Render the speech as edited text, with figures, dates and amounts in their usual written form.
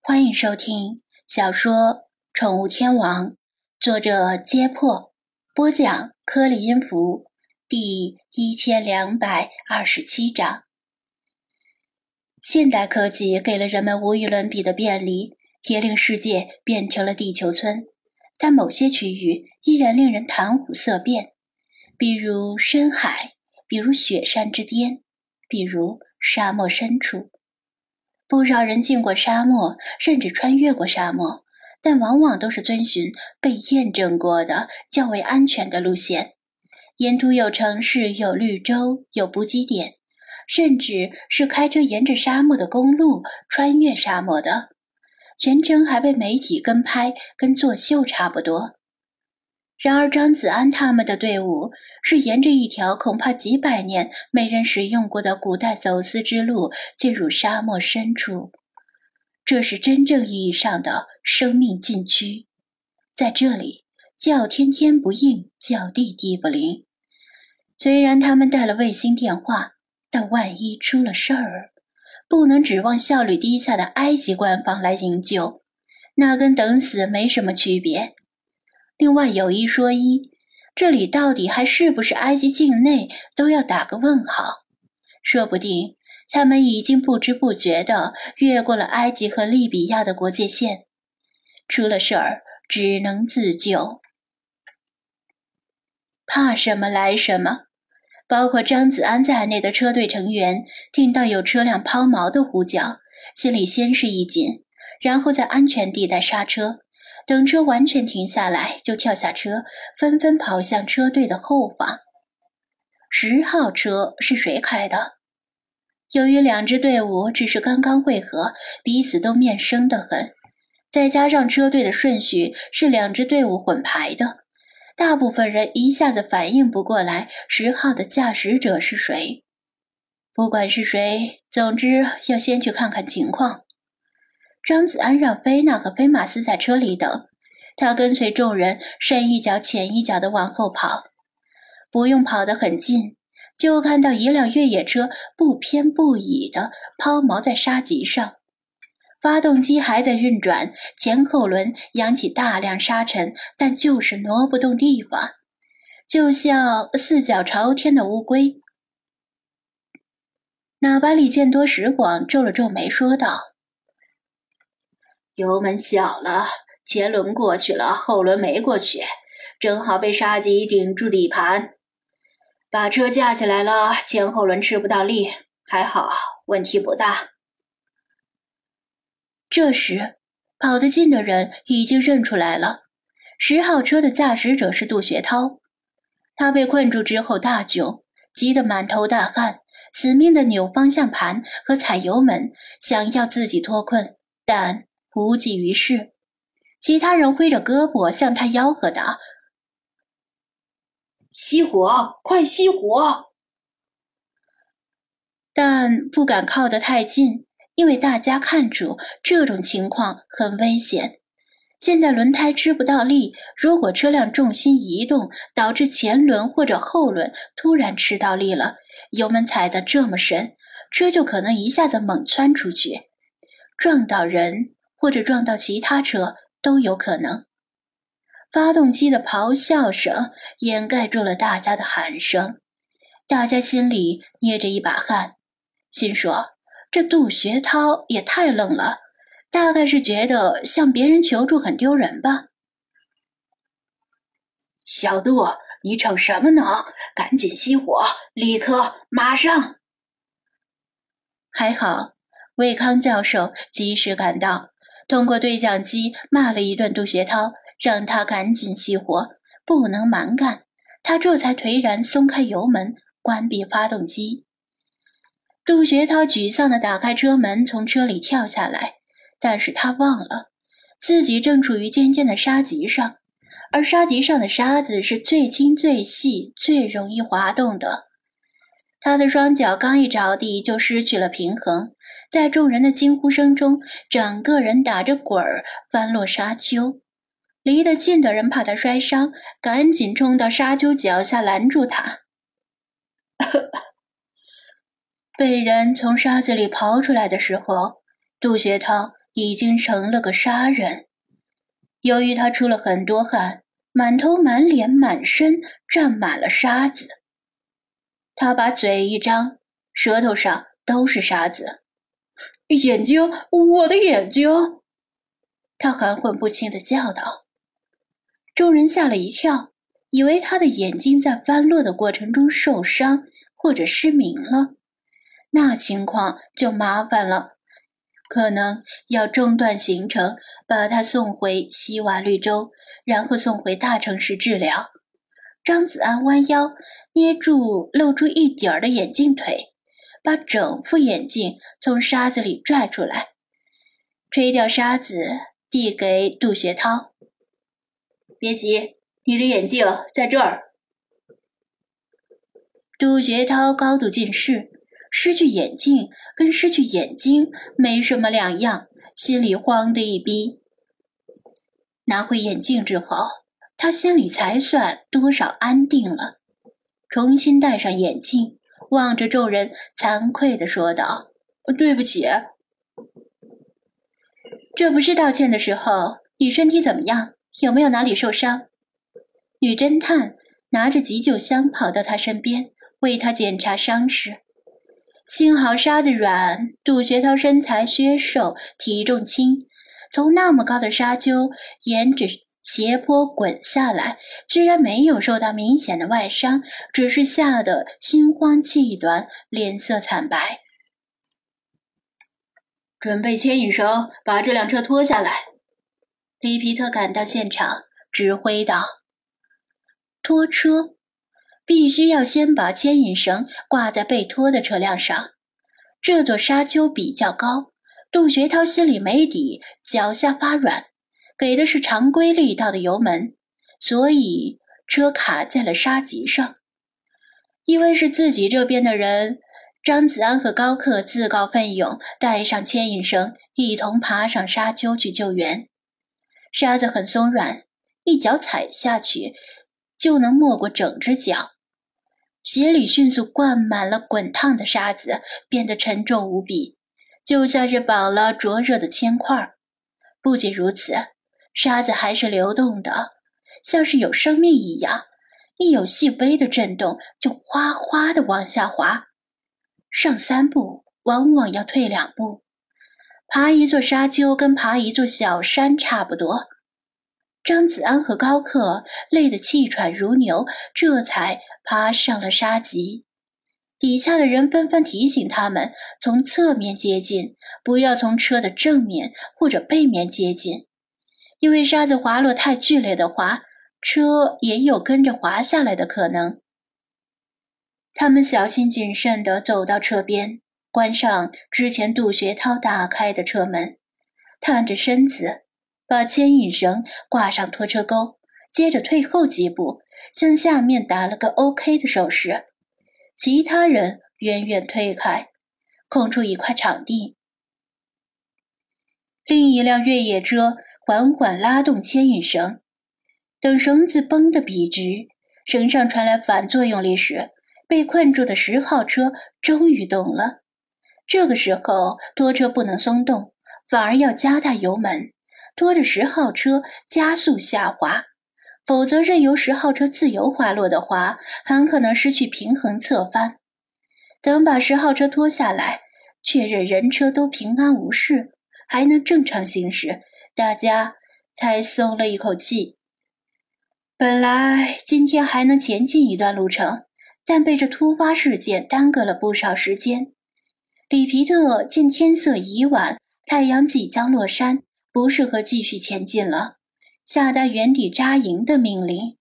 欢迎收听小说《宠物天王》，作者揭破，播讲颗粒音符，第1227章。现代科技给了人们无与伦比的便利，也令世界变成了地球村，但某些区域依然令人谈虎色变，比如深海，比如雪山之巅，比如沙漠深处。不少人进过沙漠，甚至穿越过沙漠，但往往都是遵循被验证过的较为安全的路线。沿途有城市，有绿洲，有补给点，甚至是开车沿着沙漠的公路穿越沙漠的，全程还被媒体跟拍，跟作秀差不多。然而张子安他们的队伍是沿着一条恐怕几百年没人使用过的古代走私之路进入沙漠深处，这是真正意义上的生命禁区。在这里，叫天天不应，叫地地不灵。虽然他们带了卫星电话，但万一出了事儿，不能指望效率低下的埃及官方来营救，那跟等死没什么区别。另外有一说一，这里到底还是不是埃及境内都要打个问号，说不定他们已经不知不觉地越过了埃及和利比亚的国界线，出了事儿只能自救。怕什么来什么，包括张子安在内的车队成员听到有车辆抛锚的呼叫，心里先是一紧，然后在安全地带刹车，等车完全停下来，就跳下车，纷纷跑向车队的后方。10号车是谁开的？由于两支队伍只是刚刚会合，彼此都面生得很，再加上车队的顺序是两支队伍混排的，大部分人一下子反应不过来10号的驾驶者是谁。不管是谁，总之要先去看看情况。张子安让菲娜和菲马斯在车里等，他跟随众人深一脚浅一脚地往后跑，不用跑得很近，就看到一辆越野车不偏不倚地抛锚在沙棘上，发动机还在运转，前后轮扬起大量沙尘，但就是挪不动地方，就像四脚朝天的乌龟。哪把李建多识广皱了皱眉说道：油门小了，前轮过去了，后轮没过去，正好被沙棘顶住底盘，把车架起来了，前后轮吃不到力，还好问题不大。这时跑得近的人已经认出来了，10号车的驾驶者是杜学涛。他被困住之后大窘，急得满头大汗，死命地扭方向盘和踩油门，想要自己脱困，但无济于事。其他人挥着胳膊向他吆喝道：熄火，快熄火！但不敢靠得太近，因为大家看出这种情况很危险。现在轮胎吃不到力，如果车辆重心移动，导致前轮或者后轮突然吃到力了，油门踩得这么深，车就可能一下子猛窜出去，撞到人或者撞到其他车都有可能。发动机的咆哮声掩盖住了大家的喊声，大家心里捏着一把汗，心说这杜学涛也太愣了，大概是觉得向别人求助很丢人吧。小杜，你逞什么呢？赶紧熄火，立刻，马上！还好魏康教授及时赶到，通过对讲机骂了一顿杜学涛，让他赶紧熄火，不能蛮干。他这才颓然松开油门，关闭发动机。杜学涛沮丧地打开车门，从车里跳下来，但是他忘了自己正处于尖尖的沙棘上，而沙棘上的沙子是最轻最细，最容易滑动的。他的双脚刚一着地就失去了平衡，在众人的惊呼声中，整个人打着滚儿翻落沙丘。离得近的人怕他摔伤，赶紧冲到沙丘脚下拦住他。被人从沙子里刨出来的时候，杜学涛已经成了个杀人。由于他出了很多汗，满头满脸满身沾满了沙子。他把嘴一张，舌头上都是沙子。眼睛，我的眼睛！他含混不清地叫道。众人吓了一跳，以为他的眼睛在翻落的过程中受伤或者失明了，那情况就麻烦了，可能要中断行程，把他送回西瓦绿洲，然后送回大城市治疗。张子安弯腰捏住露出一点儿的眼镜腿，把整副眼镜从沙子里拽出来，吹掉沙子递给杜学涛。别急，你的眼镜在这儿。杜学涛高度近视，失去眼镜跟失去眼睛没什么两样，心里慌得一逼。拿回眼镜之后，他心里才算多少安定了，重新戴上眼镜，望着众人惭愧地说道：对不起。这不是道歉的时候，你身体怎么样？有没有哪里受伤？女侦探拿着急救箱跑到他身边，为他检查伤势。幸好沙子软，杜学涛身材削瘦，体重轻，从那么高的沙丘沿着斜坡滚下来，居然没有受到明显的外伤，只是吓得心慌气短，脸色惨白。准备牵引绳，把这辆车拖下来。里皮特赶到现场，指挥道：拖车必须要先把牵引绳挂在被拖的车辆上。这座沙丘比较高，杜学涛心里没底，脚下发软，给的是常规力道的油门，所以车卡在了沙棘上。因为是自己这边的人，张子安和高克自告奋勇带上牵引绳，一同爬上沙丘去救援。沙子很松软，一脚踩下去就能没过整只脚，鞋里迅速灌满了滚烫的沙子，变得沉重无比，就像是绑了灼热的铅块。不仅如此，沙子还是流动的，像是有生命一样，一有细微的震动就哗哗地往下滑，上3步往往要退2步。爬一座沙丘跟爬一座小山差不多。张子安和高克累得气喘如牛，这才爬上了沙棘。底下的人纷纷提醒他们从侧面接近，不要从车的正面或者背面接近，因为沙子滑落太剧烈的话，车也有跟着滑下来的可能。他们小心谨慎地走到车边，关上之前杜学涛打开的车门，探着身子，把牵引绳挂上拖车钩，接着退后几步，向下面打了个 OK 的手势。其他人远远退开，空出一块场地。另一辆越野车缓缓拉动牵引绳，等绳子绷得笔直，绳上传来反作用力时，被困住的10号车终于动了。这个时候拖车不能松动，反而要加大油门，拖着10号车加速下滑，否则任由10号车自由滑落的话，很可能失去平衡侧翻。等把10号车拖下来，确认人车都平安无事，还能正常行驶，大家才松了一口气。本来今天还能前进一段路程，但被这突发事件耽搁了不少时间。里皮特见天色已晚，太阳即将落山，不适合继续前进了，下达原地扎营的命令。